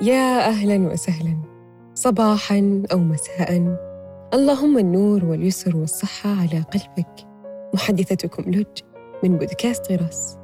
يا أهلاً وسهلاً، صباحاً أو مساءً، اللهم النور واليسر والصحة على قلبك. محدثتكم لج من بودكاست غراس.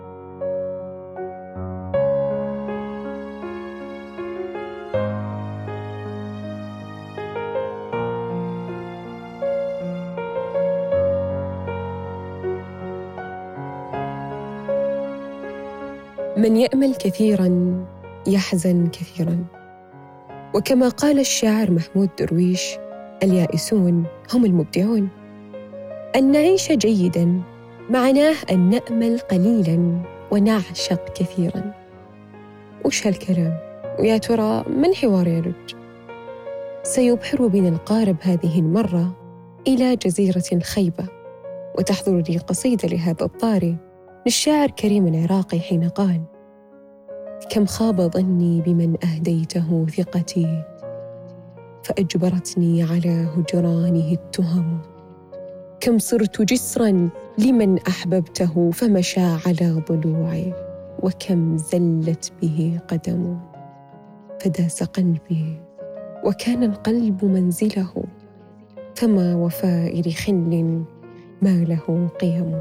من يأمل كثيراً يحزن كثيراً، وكما قال الشاعر محمود درويش: اليائسون هم المبدعون. أن نعيش جيداً معناه أن نأمل قليلاً ونعشق كثيراً. وش هالكلام؟ ويا ترى ما الحوار يا لج؟ سيبحر بنا القارب هذه المرة إلى جزيرة خيبة، وتحضرني قصيدة لهذا الطاري للشاعر كريم العراقي حين قال: كم خاب ظني بمن أهديته ثقتي، فأجبرتني على هجرانه التهم. كم صرت جسراً لمن أحببته فمشى على ضلوعي، وكم زلت به قدم فداس قلبي، وكان القلب منزله، فما وفاء لخل ما له قيم.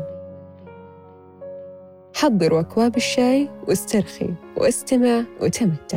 حضروا أكواب الشاي واسترخي واستمع وتمتع.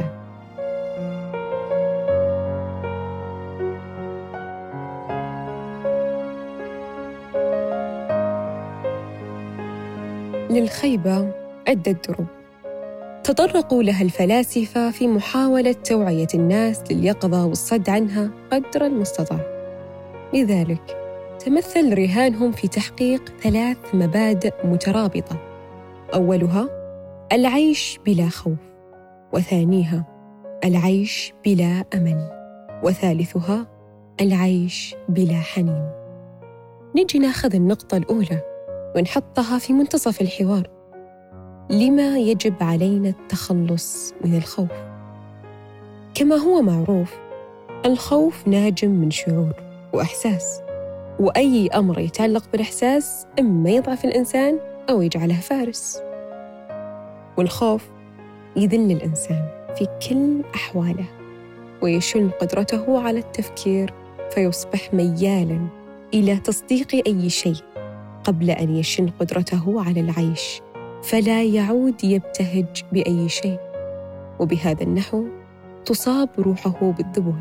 للخيبة عدة دروب تطرقوا لها الفلاسفة في محاولة توعية الناس لليقظة والصد عنها قدر المستطاع. لذلك تمثل رهانهم في تحقيق 3 مبادئ مترابطة: أولها العيش بلا خوف، وثانيها العيش بلا أمل، وثالثها العيش بلا حنين. نجي ناخذ النقطة الأولى ونحطها في منتصف الحوار. لما يجب علينا التخلص من الخوف؟ كما هو معروف، الخوف ناجم من شعور وإحساس، وأي أمر يتعلق بالإحساس إما يضعف الإنسان أو يجعله فارس. والخوف يذل الإنسان في كل أحواله، ويشل قدرته على التفكير، فيصبح ميالاً إلى تصديق أي شيء قبل أن يشن قدرته على العيش، فلا يعود يبتهج بأي شيء، وبهذا النحو تصاب روحه بالذبول.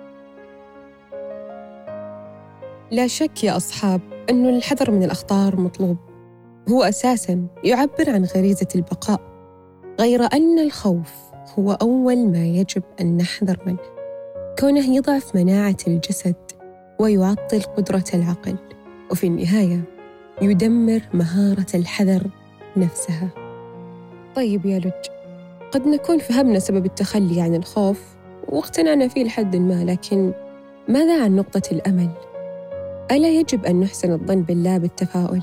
لا شك يا أصحاب أن الحذر من الأخطار مطلوب، هو أساساً يعبر عن غريزة البقاء، غير أن الخوف هو أول ما يجب أن نحذر منه، كونه يضعف مناعة الجسد ويعطل قدرة العقل، وفي النهاية يدمر مهارة الحذر نفسها. طيب يا لج، قد نكون فهمنا سبب التخلي عن الخوف واقتنعنا فيه لحد ما، لكن ماذا عن نقطة الأمل؟ ألا يجب أن نحسن الظن بالله بالتفاؤل؟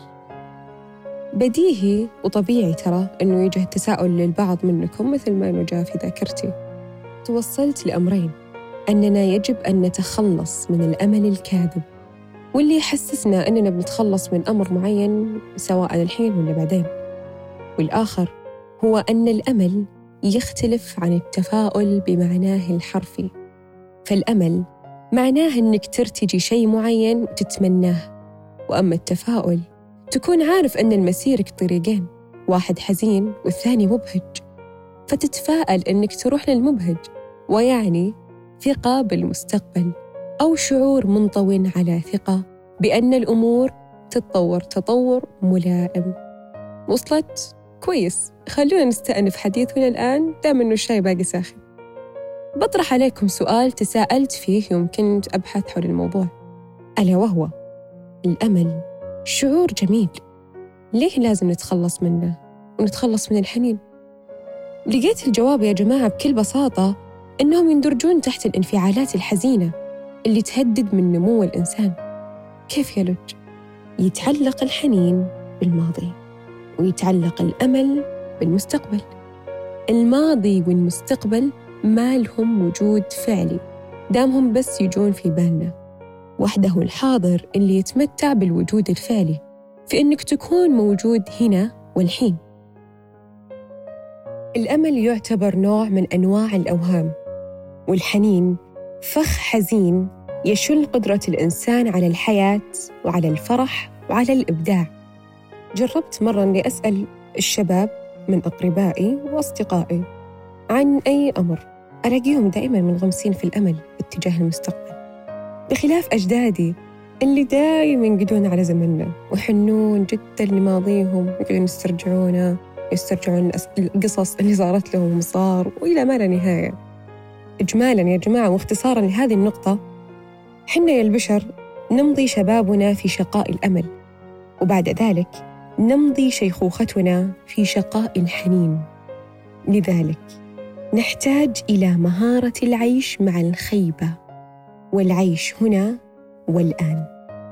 بديهي وطبيعي ترى أنه يجه التساؤل للبعض منكم مثل ما نجا في ذاكرتي. توصلت لأمرين: أننا يجب أن نتخلص من الأمل الكاذب واللي يحسسنا أننا بنتخلص من أمر معين سواء الحين ولا بعدين، والآخر هو أن الأمل يختلف عن التفاؤل بمعناه الحرفي. فالأمل معناه أنك ترتجي شيء معين وتتمناه، وأما التفاؤل تكون عارف أن المسيرك طريقين، واحد حزين والثاني مبهج، فتتفائل أنك تروح للمبهج، ويعني ثقة بالمستقبل أو شعور منطوٍ على ثقة بأن الأمور تتطور تطور ملائم. وصلت؟ كويس، خلونا نستأنف حديثنا الآن دام أنه الشاي باقي ساخن. بطرح عليكم سؤال تساءلت فيه يوم كنت أبحث حول الموضوع، ألا وهو: الأمل شعور جميل، ليه لازم نتخلص منه ونتخلص من الحنين؟ لقيت الجواب يا جماعة بكل بساطة إنهم يندرجون تحت الانفعالات الحزينة اللي تهدد من نمو الإنسان. كيف يا لج؟ يتعلق الحنين بالماضي ويتعلق الأمل بالمستقبل. الماضي والمستقبل ما لهم وجود فعلي دامهم بس يجون في بالنا، وحده الحاضر اللي يتمتع بالوجود الفعلي في إنك تكون موجود هنا والحين. الأمل يعتبر نوع من أنواع الأوهام والحنين فخ حزين يشل قدرة الإنسان على الحياة وعلى الفرح وعلى الإبداع. جربت مرة أني أسأل الشباب من أقربائي وأصدقائي عن أي أمر، ألاقيهم دائماً منغمسين في الأمل باتجاه المستقبل، بخلاف أجدادي اللي دائماً ينقدون على زمننا ويحنون جداً لماضيهم، يقعدون يسترجعون القصص اللي صارت لهم وصار وإلى ما لا نهاية. إجمالاً يا جماعة واختصاراً لهذه النقطة، حنا يا البشر نمضي شبابنا في شقاء الأمل، وبعد ذلك نمضي شيخوختنا في شقاء الحنين. لذلك نحتاج إلى مهارة العيش مع الخيبة والعيش هنا والآن.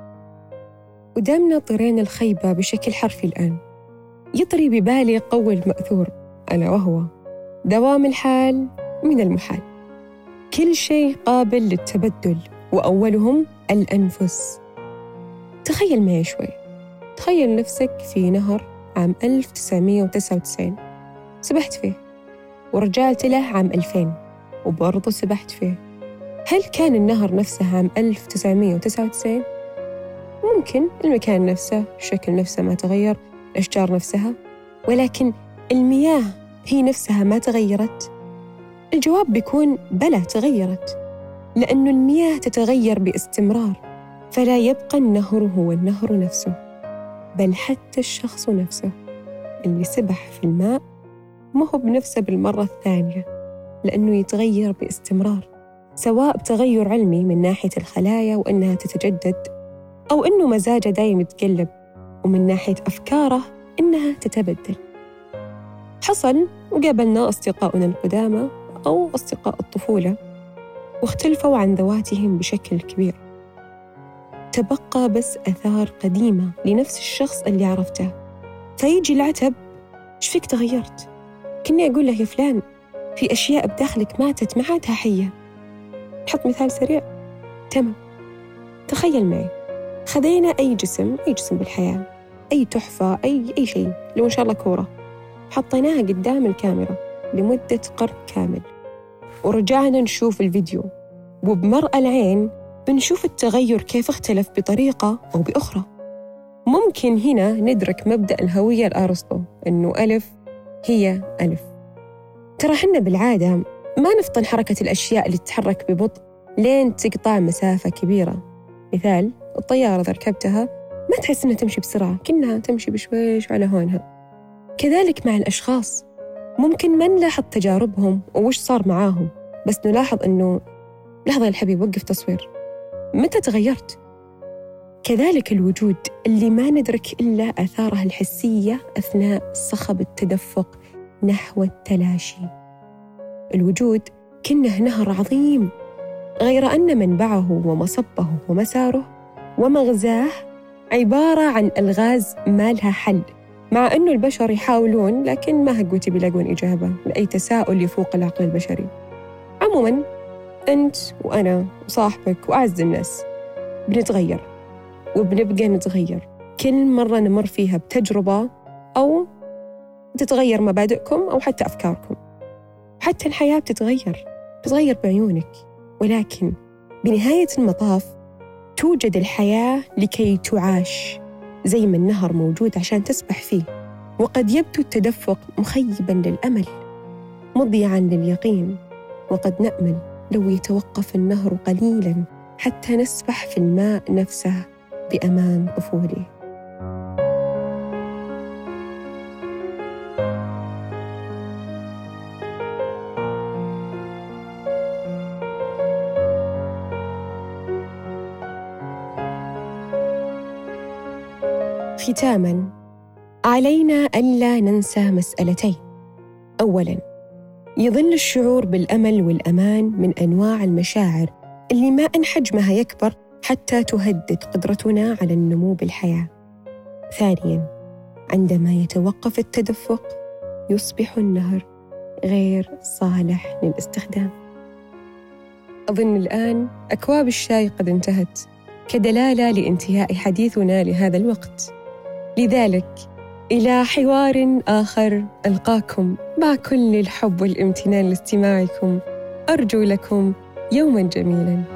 ودامنا طرين الخيبة بشكل حرفي الآن، يطري ببالي قول مأثور ألا وهو: دوام الحال من المحال. كل شيء قابل للتبدل وأولهم الأنفس. تخيل معي شوي، تخيل نفسك في نهر عام 1999 سبحت فيه، ورجعت له عام 2000 وبرضه سبحت فيه. هل كان النهر نفسه عام 1999؟ ممكن المكان نفسه، الشكل نفسه ما تغير، الأشجار نفسها، ولكن المياه هي نفسها ما تغيرت؟ الجواب بيكون بلى تغيرت، لأن المياه تتغير باستمرار، فلا يبقى النهر هو النهر نفسه، بل حتى الشخص نفسه اللي سبح في الماء ما هو بنفسه بالمرة الثانية، لأنه يتغير باستمرار، سواء بتغير علمي من ناحية الخلايا وأنها تتجدد، أو أنه مزاجه دايم يتقلب، ومن ناحية أفكاره أنها تتبدل. حصل وقابلنا أصدقاؤنا القدامى أو أصدقاء الطفولة واختلفوا عن ذواتهم بشكل كبير، تبقى بس أثار قديمة لنفس الشخص اللي عرفته، فيجي العتب: إيش فيك تغيرت؟ كني أقول له: يا فلان، في أشياء بداخلك ماتت ما عادها حية. نحط مثال سريع. تمام، تخيل معي، خذينا أي جسم بالحياة، أي تحفة، أي شيء، لو إن شاء الله كورة، حطيناها قدام الكاميرا لمدة قرن كامل، ورجعنا نشوف الفيديو، وبمرأى العين بنشوف التغير كيف اختلف بطريقة أو بأخرى. ممكن هنا ندرك مبدأ الهوية الأرسطو، إنه ألف هي ألف. ترى حنا بالعادة ما نفطن حركة الأشياء اللي تتحرك ببطء لين تقطع مسافة كبيرة. مثال، الطيارة إذا ركبتها ما تحس إنها تمشي بسرعة، كأنها تمشي بشويش على هونها. كذلك مع الأشخاص، ممكن ما نلاحظ تجاربهم ووش صار معاهم، بس نلاحظ إنه لحظة يا الحبيب، وقف تصوير، متى تغيرت؟ كذلك الوجود اللي ما ندرك إلا آثاره الحسية أثناء صخب التدفق نحو التلاشي. الوجود كأنه نهر عظيم، غير أن منبعه ومصبه ومساره ومغزاه عبارة عن ألغاز ما لها حل، مع أنه البشر يحاولون لكن ما هقوتي بيلاقون إجابة لأي تساؤل يفوق العقل البشري. عموماً أنت وأنا وصاحبك وأعز الناس بنتغير وبنبقى نتغير كل مرة نمر فيها بتجربة، أو تتغير مبادئكم أو حتى أفكاركم. حتى الحياة بتتغير بعيونك، ولكن بنهاية المطاف توجد الحياة لكي تعاش، زي ما النهر موجود عشان تسبح فيه. وقد يبدو التدفق مخيباً للأمل، مضيعاً لليقين، وقد نأمل لو يتوقف النهر قليلاً حتى نسبح في الماء نفسه بأمان طفولي. ختاماً، علينا ألا ننسى مسألتين. أولاً، يظل الشعور بالأمل والأمان من أنواع المشاعر اللي ما أن حجمها يكبر حتى تهدد قدرتنا على النمو بالحياة. ثانياً، عندما يتوقف التدفق يصبح النهر غير صالح للاستخدام. أظن الآن أكواب الشاي قد انتهت كدلالة لانتهاء حديثنا لهذا الوقت، لذلك إلى حوار آخر ألقاكم مع كل الحب والامتنان لاستماعكم، أرجو لكم يوماً جميلاً.